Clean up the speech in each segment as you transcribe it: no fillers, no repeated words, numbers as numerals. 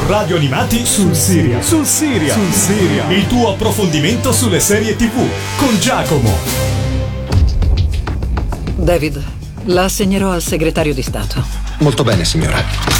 Radio Animati sul Serial. Il tuo approfondimento sulle serie TV con Giacomo. David, la assegnerò al segretario di Stato. Molto bene, signora.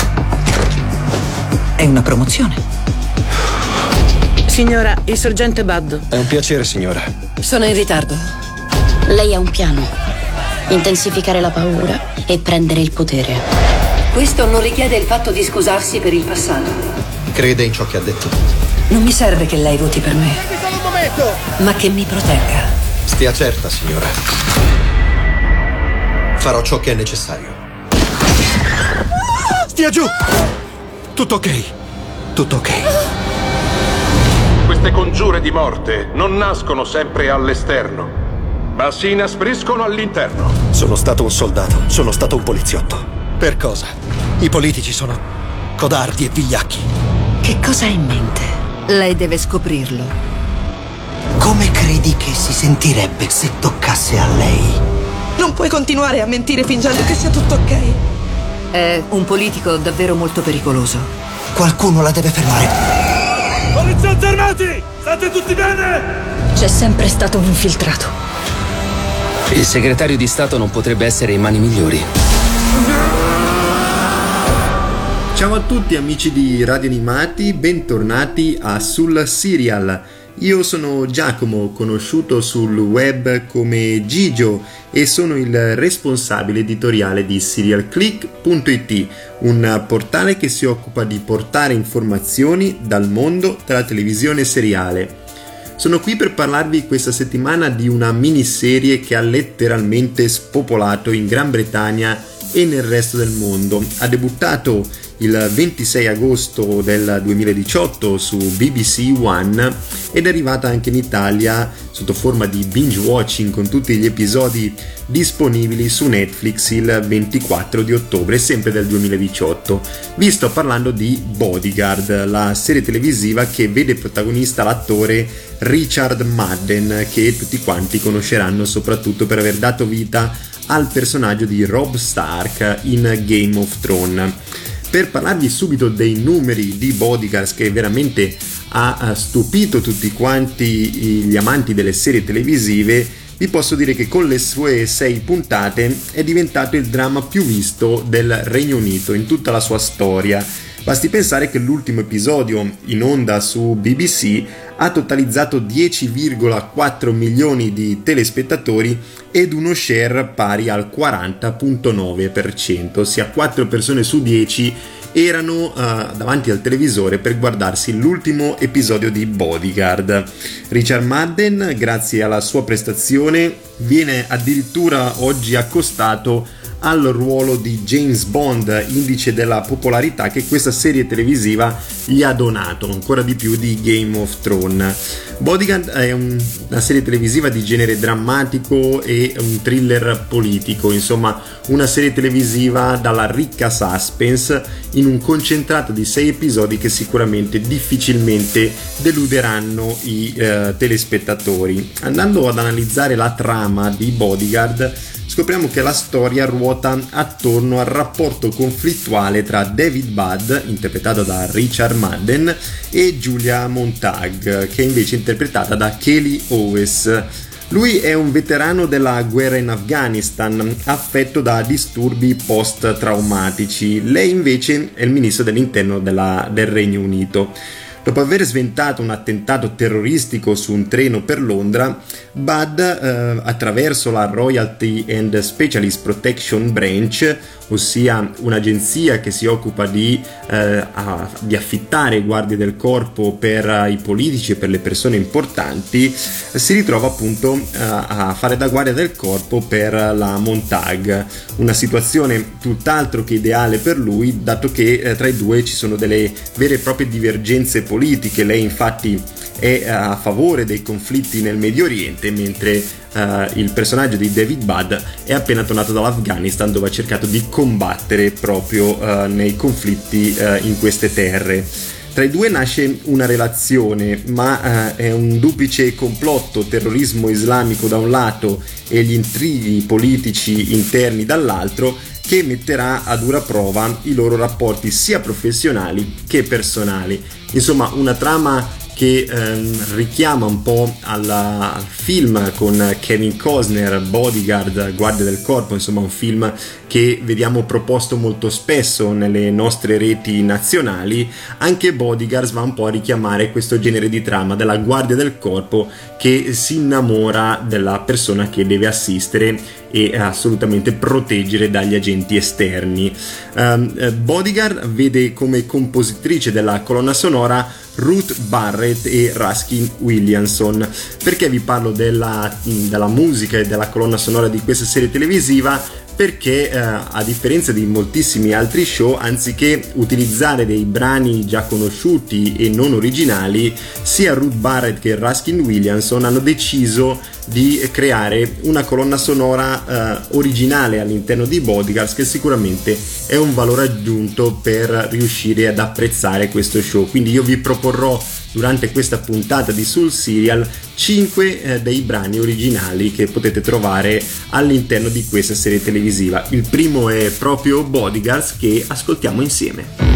È una promozione. Signora, il sergente Budd. È un piacere, signora. Sono in ritardo. Lei ha un piano: intensificare la paura e prendere il potere. Questo non richiede il fatto di scusarsi per il passato. Crede in ciò che ha detto? Non mi serve che lei voti per me, ma che mi protegga. Stia certa, signora. Farò ciò che è necessario. Stia giù! Tutto ok. Tutto ok. Queste congiure di morte non nascono sempre all'esterno, ma si inaspriscono all'interno. Sono stato un soldato, sono stato un poliziotto. Per cosa? I politici sono codardi e vigliacchi. Che cosa ha in mente? Lei deve scoprirlo. Come credi che si sentirebbe se toccasse a lei? Non puoi continuare a mentire fingendo che sia tutto ok. È un politico davvero molto pericoloso. Qualcuno la deve fermare. Poliziotti armati! State tutti bene? C'è sempre stato un infiltrato. Il segretario di Stato non potrebbe essere in mani migliori. Ciao a tutti amici di Radio Animati, bentornati a Sul Serial. Io sono Giacomo, conosciuto sul web come Gigio, e sono il responsabile editoriale di SerialClick.it, un portale che si occupa di portare informazioni dal mondo della televisione seriale. Sono qui per parlarvi questa settimana di una miniserie che ha letteralmente spopolato in Gran Bretagna e nel resto del mondo. Ha debuttato il 26 agosto del 2018 su BBC One ed è arrivata anche in Italia sotto forma di binge watching con tutti gli episodi disponibili su Netflix il 24 di ottobre, sempre del 2018. Vi sto parlando di Bodyguard, la serie televisiva che vede protagonista l'attore Richard Madden, che tutti quanti conosceranno soprattutto per aver dato vita al personaggio di Robb Stark in Game of Thrones. Per parlarvi subito dei numeri di Bodyguard, che veramente ha stupito tutti quanti gli amanti delle serie televisive, vi posso dire che con le sue 6 puntate è diventato il dramma più visto del Regno Unito in tutta la sua storia. Basti pensare che l'ultimo episodio in onda su BBC ha totalizzato 10,4 milioni di telespettatori ed uno share pari al 40,9%, ossia 4 persone su 10 erano davanti al televisore per guardarsi l'ultimo episodio di Bodyguard. Richard Madden, grazie alla sua prestazione, viene addirittura oggi accostato al ruolo di James Bond, indice della popolarità che questa serie televisiva gli ha donato, ancora di più di Game of Thrones. Bodyguard è una serie televisiva di genere drammatico e un thriller politico, insomma una serie televisiva dalla ricca suspense in un concentrato di 6 episodi che sicuramente difficilmente deluderanno i telespettatori. Andando ad analizzare la trama di Bodyguard, scopriamo che la storia ruota attorno al rapporto conflittuale tra David Budd, interpretato da Richard Madden, e Julia Montag, che è invece interpretata da Kelly Owens. Lui è un veterano della guerra in Afghanistan, affetto da disturbi post-traumatici. Lei invece è il ministro dell'interno del Regno Unito. Dopo aver sventato un attentato terroristico su un treno per Londra, Budd, attraverso la Royalty and Specialist Protection Branch, ossia un'agenzia che si occupa di affittare guardie del corpo per i politici e per le persone importanti, si ritrova appunto a fare da guardia del corpo per la Montag, una situazione tutt'altro che ideale per lui, dato che tra i due ci sono delle vere e proprie divergenze politiche. Lei infatti è a favore dei conflitti nel Medio Oriente, mentre il personaggio di David Budd è appena tornato dall'Afghanistan, dove ha cercato di combattere proprio nei conflitti in queste terre. Tra i due nasce una relazione, ma è un duplice complotto: terrorismo islamico da un lato e gli intrighi politici interni dall'altro, che metterà a dura prova i loro rapporti sia professionali che personali. Insomma, una trama che richiama un po' al film con Kevin Costner, Bodyguard, Guardia del Corpo, insomma un film che vediamo proposto molto spesso nelle nostre reti nazionali. Anche Bodyguard va un po' a richiamare questo genere di trama della Guardia del Corpo che si innamora della persona che deve assistere e assolutamente proteggere dagli agenti esterni. Bodyguard vede come compositrice della colonna sonora Ruth Barrett e Ruskin Williamson. Perché vi parlo della musica e della colonna sonora di questa serie televisiva? Perché a differenza di moltissimi altri show, anziché utilizzare dei brani già conosciuti e non originali, sia Ruth Barrett che Ruskin Williamson hanno deciso di creare una colonna sonora originale all'interno di Bodyguards, che sicuramente è un valore aggiunto per riuscire ad apprezzare questo show. Quindi io vi proporrò durante questa puntata di Sul Serial 5 dei brani originali che potete trovare all'interno di questa serie televisiva. Il primo è proprio Bodyguards, che ascoltiamo insieme.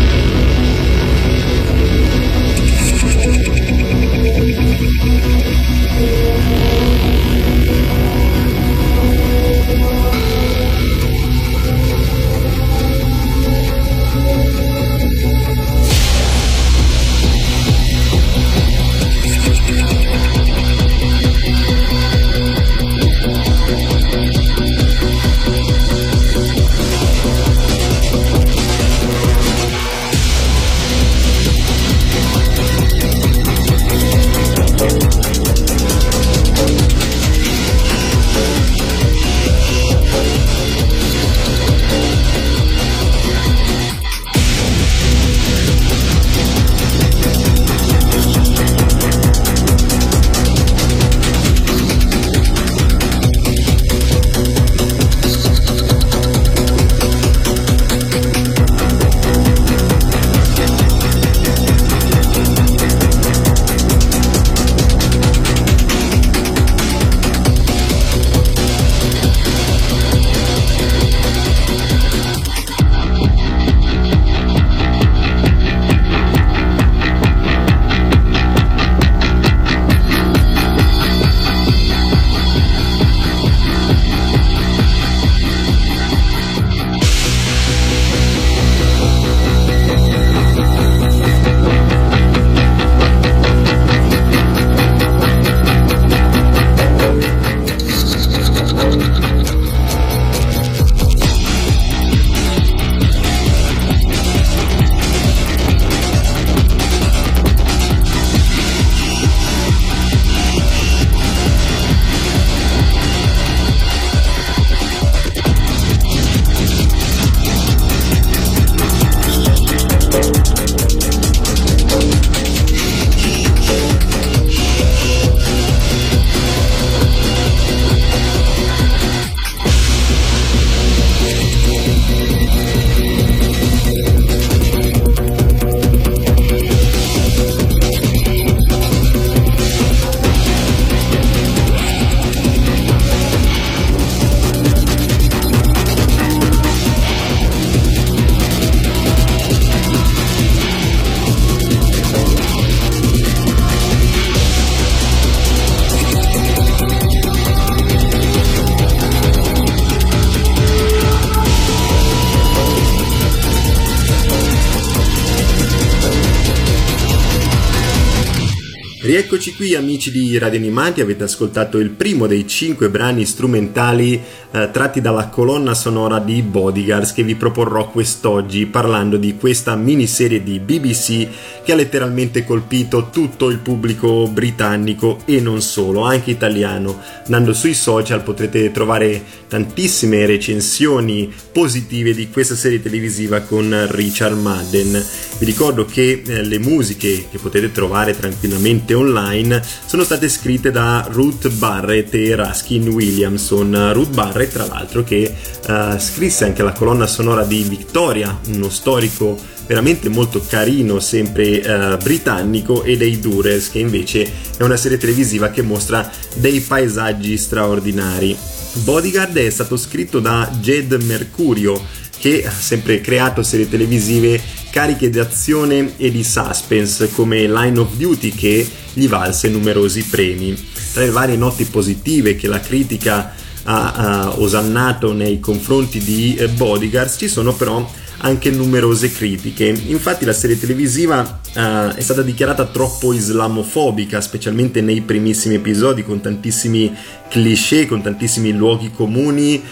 Rieccoci qui amici di Radio Animati, avete ascoltato il primo dei 5 brani strumentali tratti dalla colonna sonora di Bodyguards che vi proporrò quest'oggi, parlando di questa miniserie di BBC che ha letteralmente colpito tutto il pubblico britannico e non solo, anche italiano. Andando sui social potrete trovare tantissime recensioni positive di questa serie televisiva con Richard Madden. Vi ricordo che le musiche che potete trovare tranquillamente online sono state scritte da Ruth Barrett e Ruskin Williamson. Ruth Barrett, tra l'altro, che scrisse anche la colonna sonora di Victoria, uno storico veramente molto carino, sempre britannico, e dei Durrells, che invece è una serie televisiva che mostra dei paesaggi straordinari. Bodyguard è stato scritto da Jed Mercurio, che ha sempre creato serie televisive cariche di azione e di suspense come Line of Duty, che gli valse numerosi premi. Tra le varie note positive che la critica ha osannato nei confronti di Bodyguard ci sono però anche numerose critiche. Infatti la serie televisiva è stata dichiarata troppo islamofobica, specialmente nei primissimi episodi, con tantissimi cliché, con tantissimi luoghi comuni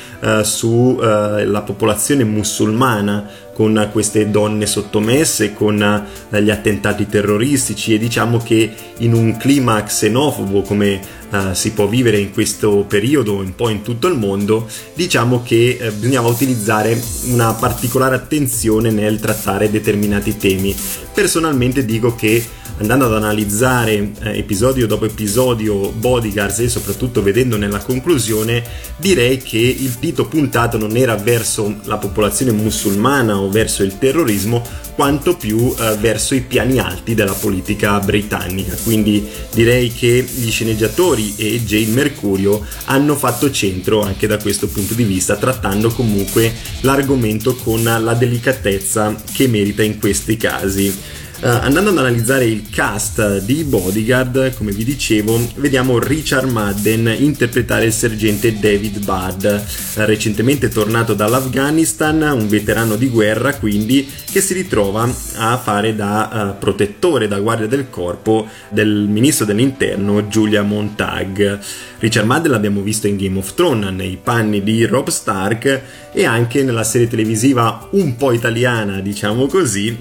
sulla popolazione musulmana, con queste donne sottomesse, con gli attentati terroristici, e diciamo che in un clima xenofobo come si può vivere in questo periodo un po' in tutto il mondo, diciamo che bisognava utilizzare una particolare attenzione nel trattare determinati temi. Personalmente dico che, andando ad analizzare episodio dopo episodio Bodyguards e soprattutto vedendo nella conclusione, direi che il dito puntato non era verso la popolazione musulmana o verso il terrorismo, quanto più verso i piani alti della politica britannica. Quindi direi che gli sceneggiatori e Jade Mercurio hanno fatto centro anche da questo punto di vista, trattando comunque l'argomento con la delicatezza che merita in questi casi. Andando ad analizzare il cast di Bodyguard, come vi dicevo, vediamo Richard Madden interpretare il sergente David Budd, recentemente tornato dall'Afghanistan, un veterano di guerra quindi, che si ritrova a fare da protettore, da guardia del corpo del ministro dell'interno Julia Montag. Richard Madden l'abbiamo visto in Game of Thrones nei panni di Robb Stark, e anche nella serie televisiva un po' italiana, diciamo così,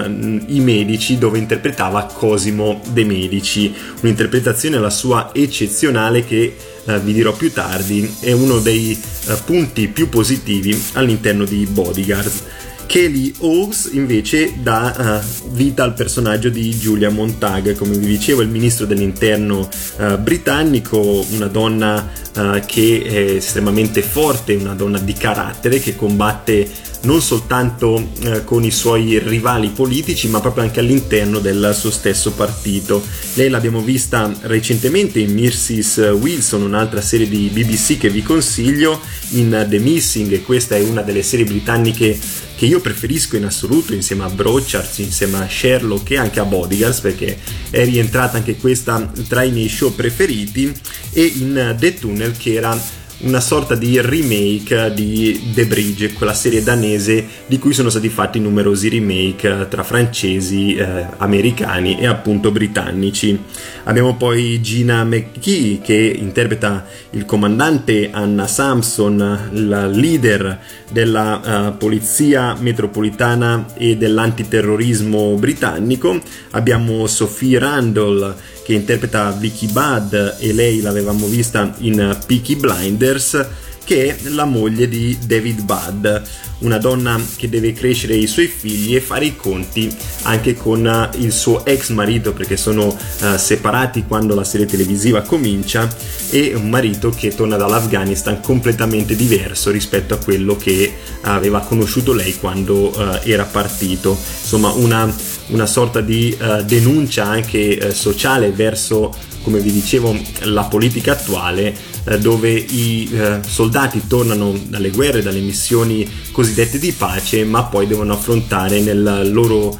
I Medici, dove interpretava Cosimo De Medici, un'interpretazione alla sua eccezionale che vi dirò più tardi è uno dei punti più positivi all'interno di Bodyguard. Kelly Hawes invece dà vita al personaggio di Julia Montag, come vi dicevo, il ministro dell'interno britannico, una donna che è estremamente forte, una donna di carattere che combatte non soltanto con i suoi rivali politici, ma proprio anche all'interno del suo stesso partito. Lei l'abbiamo vista recentemente in Mrs. Wilson, un'altra serie di BBC che vi consiglio, in The Missing, e questa è una delle serie britanniche che io preferisco in assoluto, insieme a Broadchurch, insieme a Sherlock e anche a Bodyguards, perché è rientrata anche questa tra i miei show preferiti, e in The Tunnel, che era una sorta di remake di The Bridge, quella serie danese di cui sono stati fatti numerosi remake tra francesi, americani e appunto britannici. Abbiamo poi Gina McKee, che interpreta il comandante Anna Sampson, la leader della polizia metropolitana e dell'antiterrorismo britannico. Abbiamo Sophie Randall, che interpreta Vicky Budd, e lei l'avevamo vista in Peaky Blinders, che è la moglie di David Budd, una donna che deve crescere i suoi figli e fare i conti anche con il suo ex marito, perché sono separati quando la serie televisiva comincia, e un marito che torna dall'Afghanistan completamente diverso rispetto a quello che aveva conosciuto lei quando era partito. Insomma, una sorta di denuncia anche sociale verso, come vi dicevo, la politica attuale, dove i soldati tornano dalle guerre, dalle missioni cosiddette di pace, ma poi devono affrontare nel loro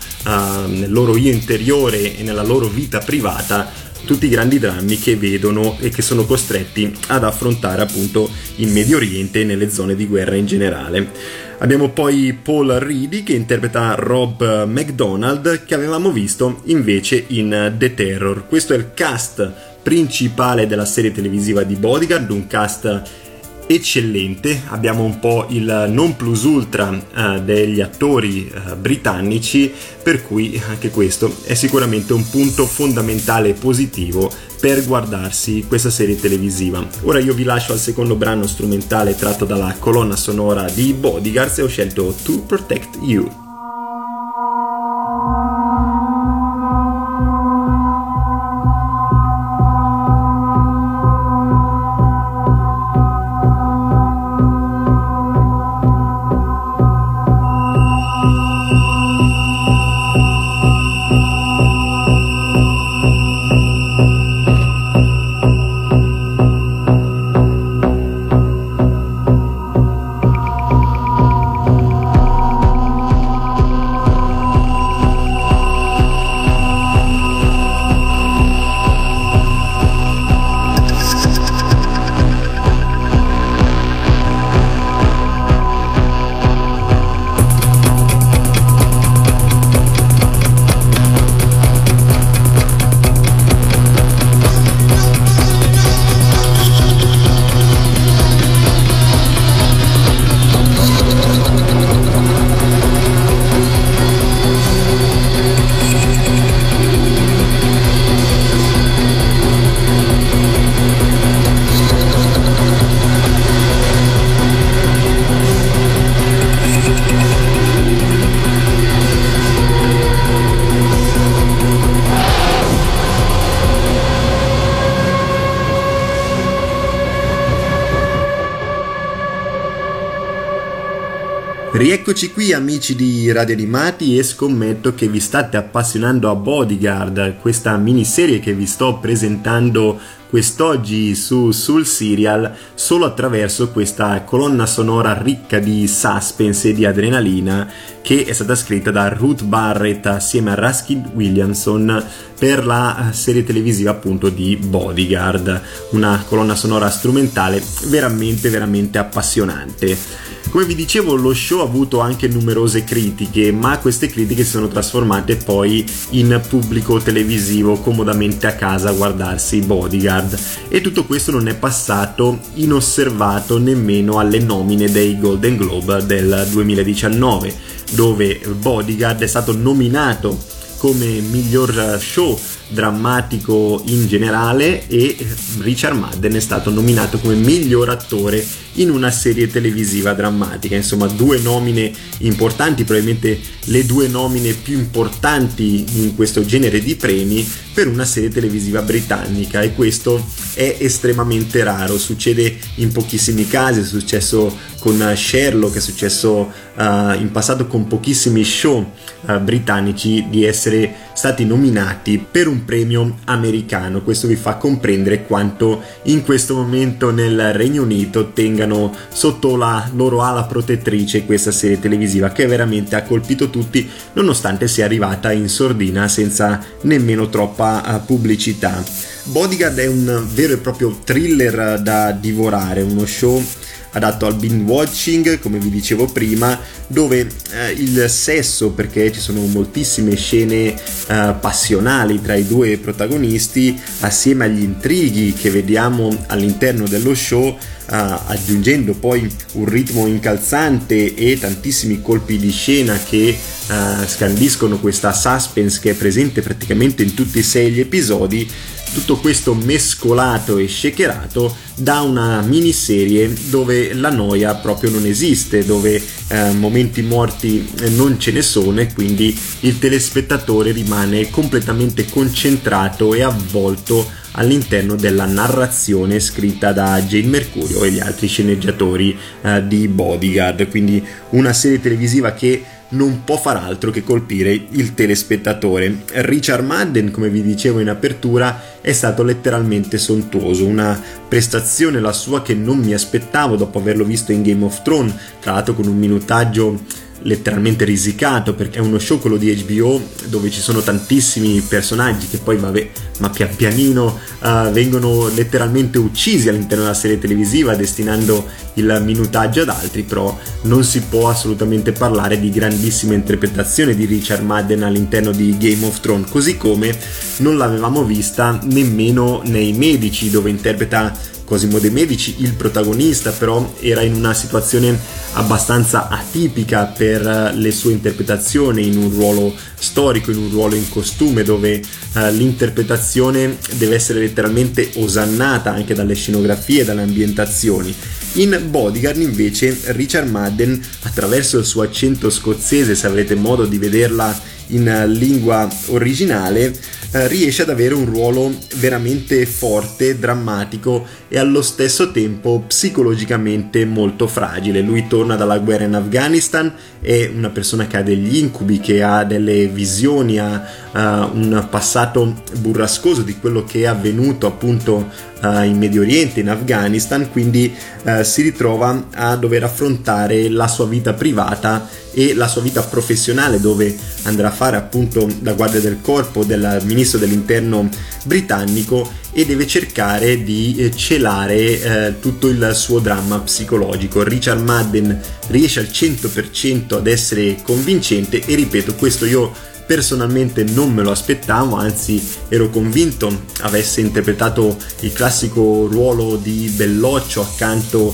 io interiore e nella loro vita privata tutti i grandi drammi che vedono e che sono costretti ad affrontare appunto in Medio Oriente e nelle zone di guerra in generale. Abbiamo poi Paul Reedy, che interpreta Rob McDonald, che avevamo visto invece in The Terror. Questo è il cast principale della serie televisiva di Bodyguard, un cast eccellente. Abbiamo un po' il non plus ultra degli attori britannici, per cui anche questo è sicuramente un punto fondamentale e positivo per guardarsi questa serie televisiva. Ora io vi lascio al secondo brano strumentale tratto dalla colonna sonora di Bodyguards, e ho scelto To Protect You. Rieccoci qui amici di Radio Animati e scommetto che vi state appassionando a Bodyguard, questa miniserie che vi sto presentando quest'oggi sul Serial solo attraverso questa colonna sonora ricca di suspense e di adrenalina che è stata scritta da Ruth Barrett assieme a Ruskin Williamson per la serie televisiva appunto di Bodyguard, una colonna sonora strumentale veramente appassionante. Come vi dicevo, lo show ha avuto anche numerose critiche, ma queste critiche si sono trasformate poi in pubblico televisivo comodamente a casa a guardarsi Bodyguard, e tutto questo non è passato inosservato nemmeno alle nomine dei Golden Globe del 2019, dove Bodyguard è stato nominato come miglior show drammatico in generale e Richard Madden è stato nominato come miglior attore in una serie televisiva drammatica. Insomma, due nomine importanti, probabilmente le due nomine più importanti in questo genere di premi per una serie televisiva britannica, e questo è estremamente raro, succede in pochissimi casi. È successo con Sherlock, è successo in passato con pochissimi show britannici di essere stati nominati per un premio americano. Questo vi fa comprendere quanto in questo momento nel Regno Unito tengano sotto la loro ala protettrice questa serie televisiva, che veramente ha colpito tutti nonostante sia arrivata in sordina senza nemmeno troppa pubblicità. Bodyguard è un vero e proprio thriller da divorare, uno show adatto al binge watching, come vi dicevo prima, dove il sesso, perché ci sono moltissime scene passionali tra i due protagonisti, assieme agli intrighi che vediamo all'interno dello show, aggiungendo poi un ritmo incalzante e tantissimi colpi di scena che scandiscono questa suspense che è presente praticamente in tutti e 6 gli episodi. Tutto questo mescolato e shakerato da una miniserie dove la noia proprio non esiste, dove momenti morti non ce ne sono, e quindi il telespettatore rimane completamente concentrato e avvolto all'interno della narrazione scritta da Jane Mercurio e gli altri sceneggiatori di Bodyguard. Quindi una serie televisiva che non può far altro che colpire il telespettatore. Richard Madden, come vi dicevo in apertura, è stato letteralmente sontuoso, una prestazione la sua che non mi aspettavo dopo averlo visto in Game of Thrones, tra l'altro con un minutaggio letteralmente risicato, perché è uno show, quello di HBO, dove ci sono tantissimi personaggi che poi ma pian pianino vengono letteralmente uccisi all'interno della serie televisiva, destinando il minutaggio ad altri. Però non si può assolutamente parlare di grandissima interpretazione di Richard Madden all'interno di Game of Thrones, così come non l'avevamo vista nemmeno nei Medici, dove interpreta Cosimo De Medici, il protagonista, però era in una situazione abbastanza atipica per le sue interpretazioni, in un ruolo storico, in un ruolo in costume, dove l'interpretazione deve essere letteralmente osannata anche dalle scenografie e dalle ambientazioni. In Bodyguard invece Richard Madden, attraverso il suo accento scozzese, se avrete modo di vederla in lingua originale, riesce ad avere un ruolo veramente forte, drammatico e allo stesso tempo psicologicamente molto fragile. Lui torna dalla guerra in Afghanistan, è una persona che ha degli incubi, che ha delle visioni, ha un passato burrascoso di quello che è avvenuto appunto in Medio Oriente, in Afghanistan, quindi si ritrova a dover affrontare la sua vita privata e la sua vita professionale, dove andrà a fare appunto la guardia del corpo del ministro dell'interno britannico, e deve cercare di celare tutto il suo dramma psicologico. Richard Madden riesce al 100% ad essere convincente, e ripeto, questo io personalmente non me lo aspettavo, anzi ero convinto avesse interpretato il classico ruolo di belloccio accanto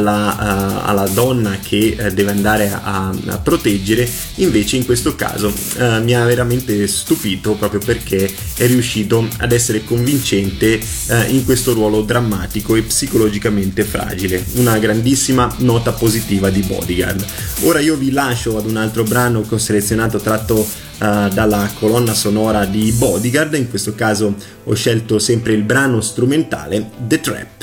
alla donna che deve andare a proteggere. Invece in questo caso mi ha veramente stupito, proprio perché è riuscito ad essere convincente in questo ruolo drammatico e psicologicamente fragile. Una grandissima nota positiva di Bodyguard. Ora io vi lascio ad un altro brano che ho selezionato, tratto dalla colonna sonora di Bodyguard. In questo caso ho scelto sempre il brano strumentale The Trap.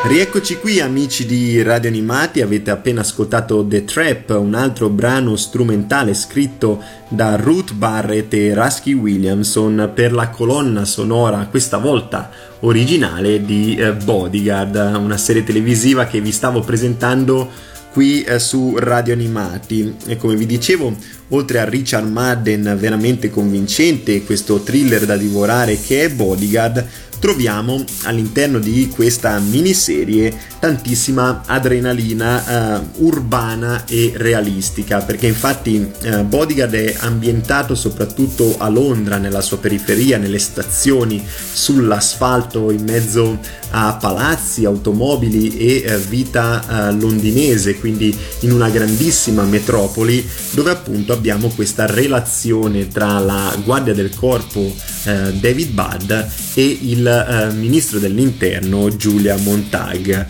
Rieccoci qui amici di Radio Animati, avete appena ascoltato The Trap, un altro brano strumentale scritto da Ruth Barrett e Rusky Williamson per la colonna sonora, questa volta originale, di Bodyguard, una serie televisiva che vi stavo presentando qui su Radio Animati. E come vi dicevo, oltre a Richard Madden veramente convincente, questo thriller da divorare che è Bodyguard, troviamo all'interno di questa miniserie tantissima adrenalina urbana e realistica, perché infatti Bodyguard è ambientato soprattutto a Londra, nella sua periferia, nelle stazioni, sull'asfalto, in mezzo a palazzi, automobili e vita londinese, quindi in una grandissima metropoli dove appunto abbiamo questa relazione tra la guardia del corpo David Budd e il ministro dell'interno Julia Montag.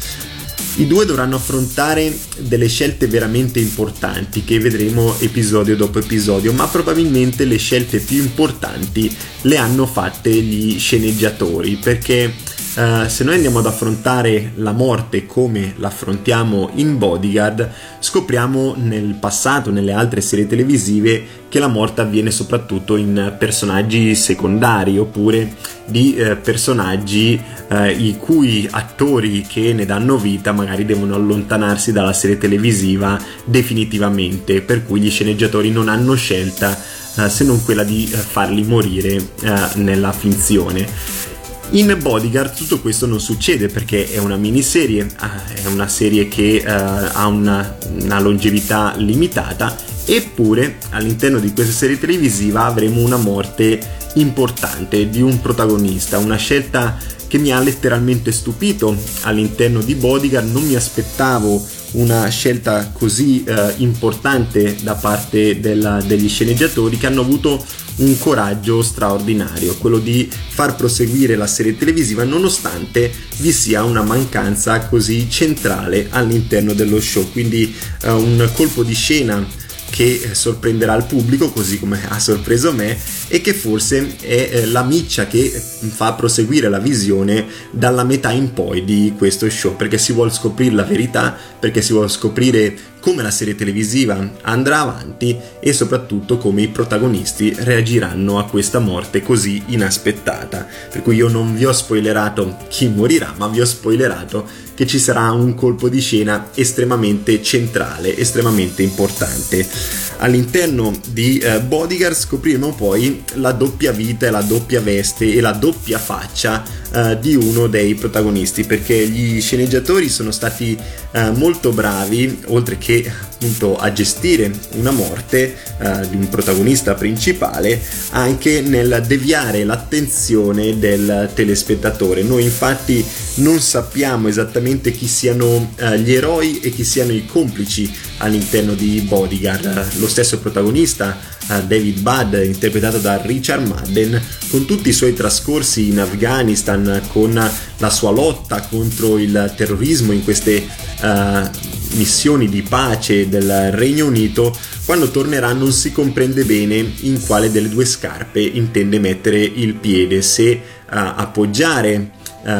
I due dovranno affrontare delle scelte veramente importanti che vedremo episodio dopo episodio, ma probabilmente le scelte più importanti le hanno fatte gli sceneggiatori, perché se noi andiamo ad affrontare la morte come l'affrontiamo in Bodyguard, scopriamo nel passato, nelle altre serie televisive, che la morte avviene soprattutto in personaggi secondari, oppure di personaggi i cui attori che ne danno vita magari devono allontanarsi dalla serie televisiva definitivamente, per cui gli sceneggiatori non hanno scelta se non quella di farli morire nella finzione. In Bodyguard tutto questo non succede, perché è una miniserie, è una serie che ha una longevità limitata, eppure all'interno di questa serie televisiva avremo una morte importante di un protagonista, una scelta che mi ha letteralmente stupito all'interno di Bodyguard. Non mi aspettavo una scelta così importante da parte degli sceneggiatori, che hanno avuto un coraggio straordinario, quello di far proseguire la serie televisiva nonostante vi sia una mancanza così centrale all'interno dello show. Quindi un colpo di scena che sorprenderà il pubblico, così come ha sorpreso me, e che forse è la miccia che fa proseguire la visione dalla metà in poi di questo show, perché si vuole scoprire la verità, perché si vuole scoprire come la serie televisiva andrà avanti e soprattutto come i protagonisti reagiranno a questa morte così inaspettata. Per cui io non vi ho spoilerato chi morirà, ma vi ho spoilerato che ci sarà un colpo di scena estremamente centrale, estremamente importante. All'interno di Bodyguard scopriremo poi la doppia vita e la doppia veste e la doppia faccia di uno dei protagonisti, perché gli sceneggiatori sono stati molto bravi, oltre che appunto a gestire una morte di un protagonista principale, anche nel deviare l'attenzione del telespettatore. Noi infatti non sappiamo esattamente chi siano gli eroi e chi siano i complici all'interno di Bodyguard. Lo stesso protagonista, David Budd, interpretato da Richard Madden, con tutti i suoi trascorsi in Afghanistan, con la sua lotta contro il terrorismo in queste missioni di pace del Regno Unito, quando tornerà non si comprende bene in quale delle due scarpe intende mettere il piede, se appoggiare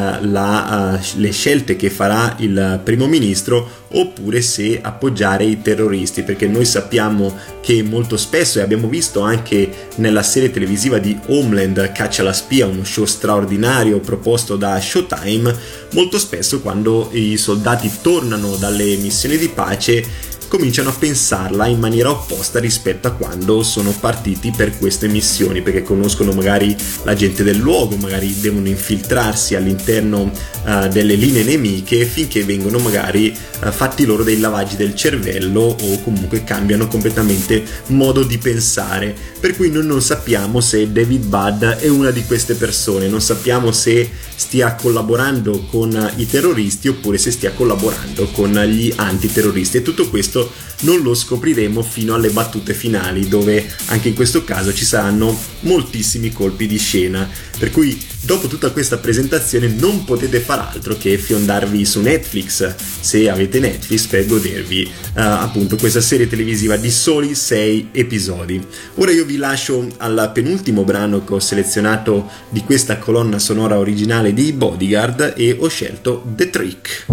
le scelte che farà il primo ministro oppure se appoggiare i terroristi, perché noi sappiamo che molto spesso, e abbiamo visto anche nella serie televisiva di Homeland, Caccia alla spia, uno show straordinario proposto da Showtime, molto spesso quando i soldati tornano dalle missioni di pace cominciano a pensarla in maniera opposta rispetto a quando sono partiti per queste missioni, perché conoscono magari la gente del luogo, magari devono infiltrarsi all'interno delle linee nemiche, finché vengono magari fatti loro dei lavaggi del cervello o comunque cambiano completamente modo di pensare. Per cui noi non sappiamo se David Budd è una di queste persone, non sappiamo se stia collaborando con i terroristi oppure se stia collaborando con gli antiterroristi, e tutto questo questo non lo scopriremo fino alle battute finali, dove anche in questo caso ci saranno moltissimi colpi di scena, per cui dopo tutta questa presentazione non potete far altro che fiondarvi su Netflix, se avete Netflix, per godervi appunto questa serie televisiva di soli 6 episodi. Ora io vi lascio al penultimo brano che ho selezionato di questa colonna sonora originale di Bodyguard e ho scelto The Trick.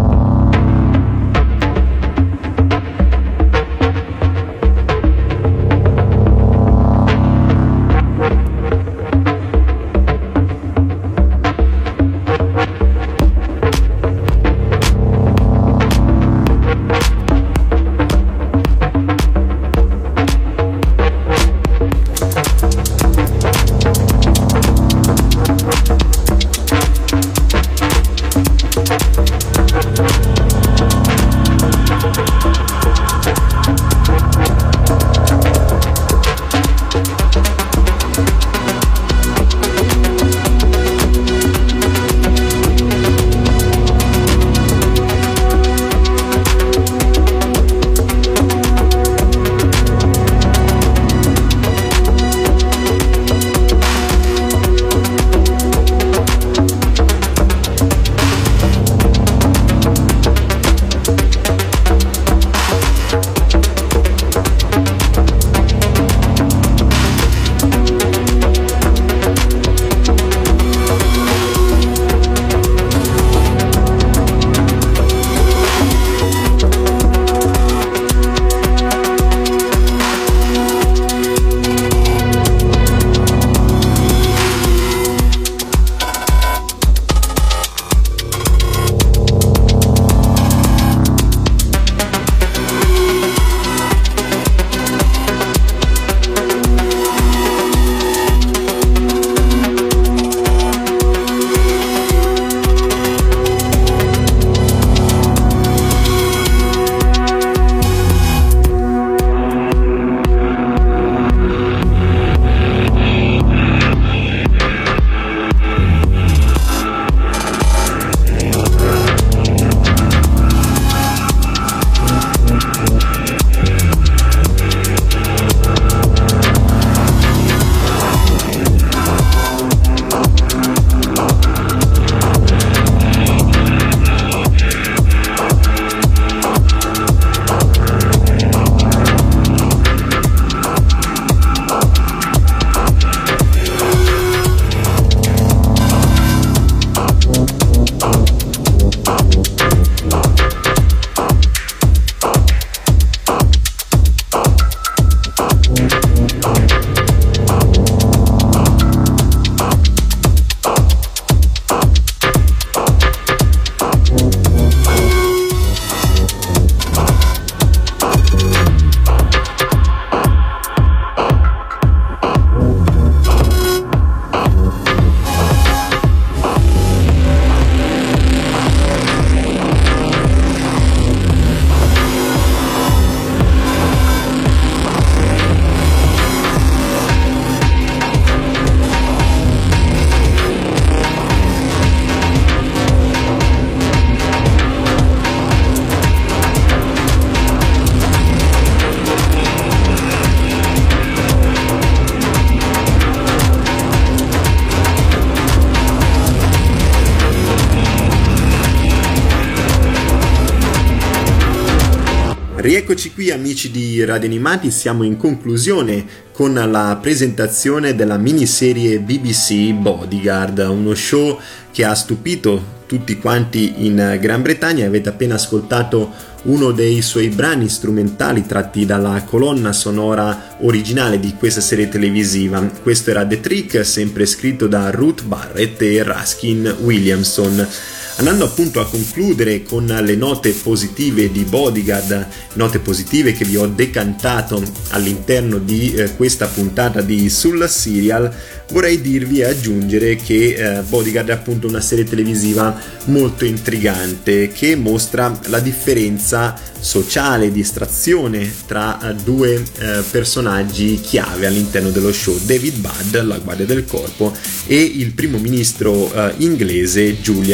Rieccoci qui amici di Radio Animati, siamo in conclusione con la presentazione della miniserie BBC Bodyguard, uno show che ha stupito tutti quanti in Gran Bretagna. Avete appena ascoltato uno dei suoi brani strumentali tratti dalla colonna sonora originale di questa serie televisiva. Questo era The Trick, sempre scritto da Ruth Barrett e Ruskin Williamson. Andando appunto a concludere con le note positive di Bodyguard, note positive che vi ho decantato all'interno di questa puntata di Sul Serial, vorrei dirvi e aggiungere che Bodyguard è appunto una serie televisiva molto intrigante che mostra la differenza sociale di estrazione tra due personaggi chiave all'interno dello show: David Budd, la guardia del corpo, e il primo ministro inglese Julia Montagna.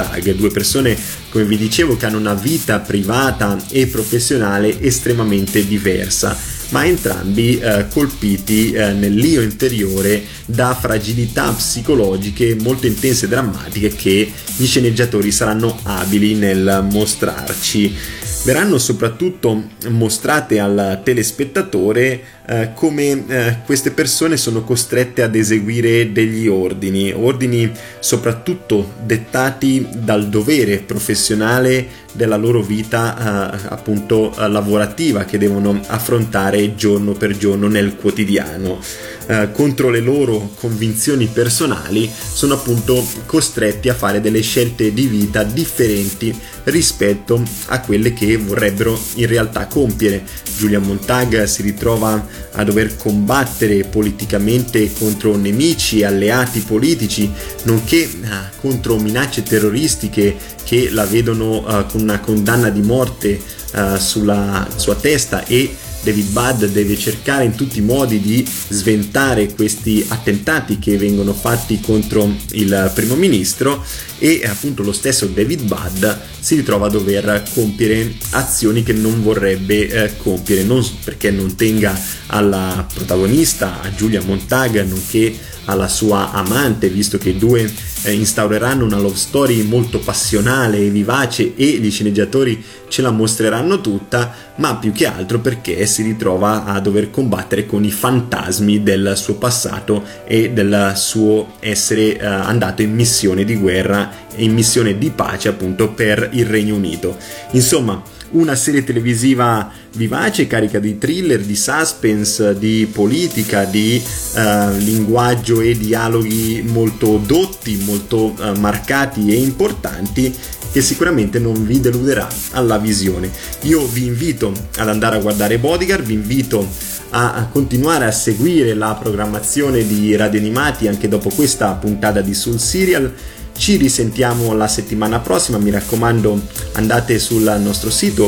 Montag, due persone, come vi dicevo, che hanno una vita privata e professionale estremamente diversa, ma entrambi colpiti nell'io interiore da fragilità psicologiche molto intense e drammatiche che gli sceneggiatori saranno abili nel mostrarci. Verranno soprattutto mostrate al telespettatore come queste persone sono costrette ad eseguire degli ordini soprattutto dettati dal dovere professionale della loro vita appunto lavorativa, che devono affrontare giorno per giorno nel quotidiano. Contro le loro convinzioni personali sono appunto costretti a fare delle scelte di vita differenti rispetto a quelle che vorrebbero in realtà compiere. Julia Montag si ritrova a dover combattere politicamente contro nemici e alleati politici, nonché contro minacce terroristiche che la vedono con una condanna di morte sulla sua testa, e David Budd deve cercare in tutti i modi di sventare questi attentati che vengono fatti contro il primo ministro, e appunto lo stesso David Budd si ritrova a dover compiere azioni che non vorrebbe compiere, non perché non tenga alla protagonista, a Julia Montag, nonché alla sua amante, visto che i due instaureranno una love story molto passionale e vivace e gli sceneggiatori ce la mostreranno tutta, ma più che altro perché si ritrova a dover combattere con i fantasmi del suo passato e del suo essere andato in missione di guerra e in missione di pace appunto per il Regno Unito. Insomma, una serie televisiva vivace, carica di thriller, di suspense, di politica, di linguaggio e dialoghi molto dotti, molto marcati e importanti, che sicuramente non vi deluderà alla visione. Io vi invito ad andare a guardare Bodyguard, vi invito a continuare a seguire la programmazione di Radio Animati anche dopo questa puntata di Sul Serial. Ci risentiamo la settimana prossima, mi raccomando andate sul nostro sito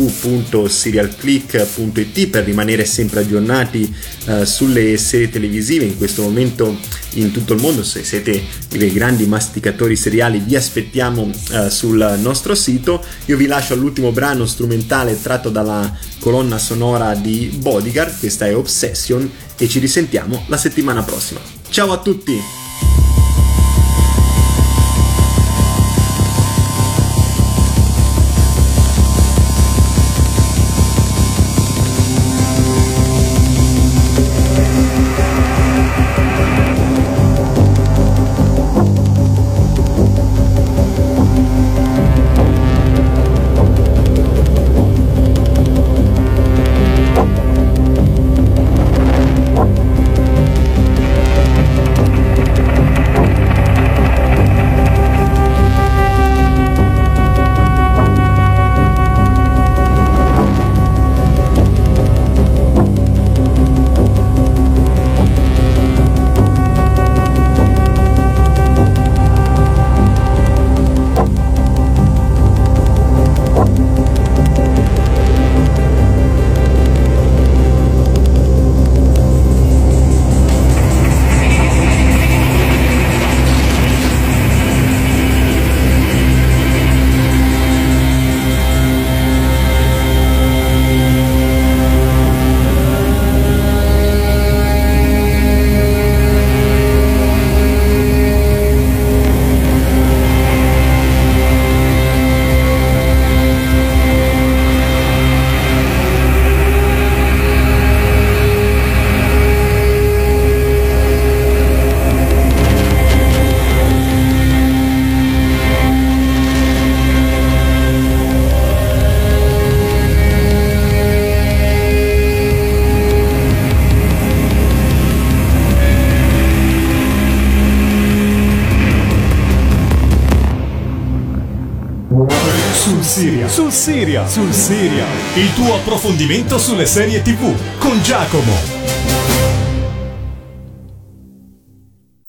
www.serialclick.it per rimanere sempre aggiornati sulle serie televisive. In questo momento in tutto il mondo, se siete dei grandi masticatori seriali, vi aspettiamo sul nostro sito. Io vi lascio all'ultimo brano strumentale tratto dalla colonna sonora di Bodyguard, questa è Obsession, e ci risentiamo la settimana prossima. Ciao a tutti! Sul Serial, il tuo approfondimento sulle serie TV con Giacomo.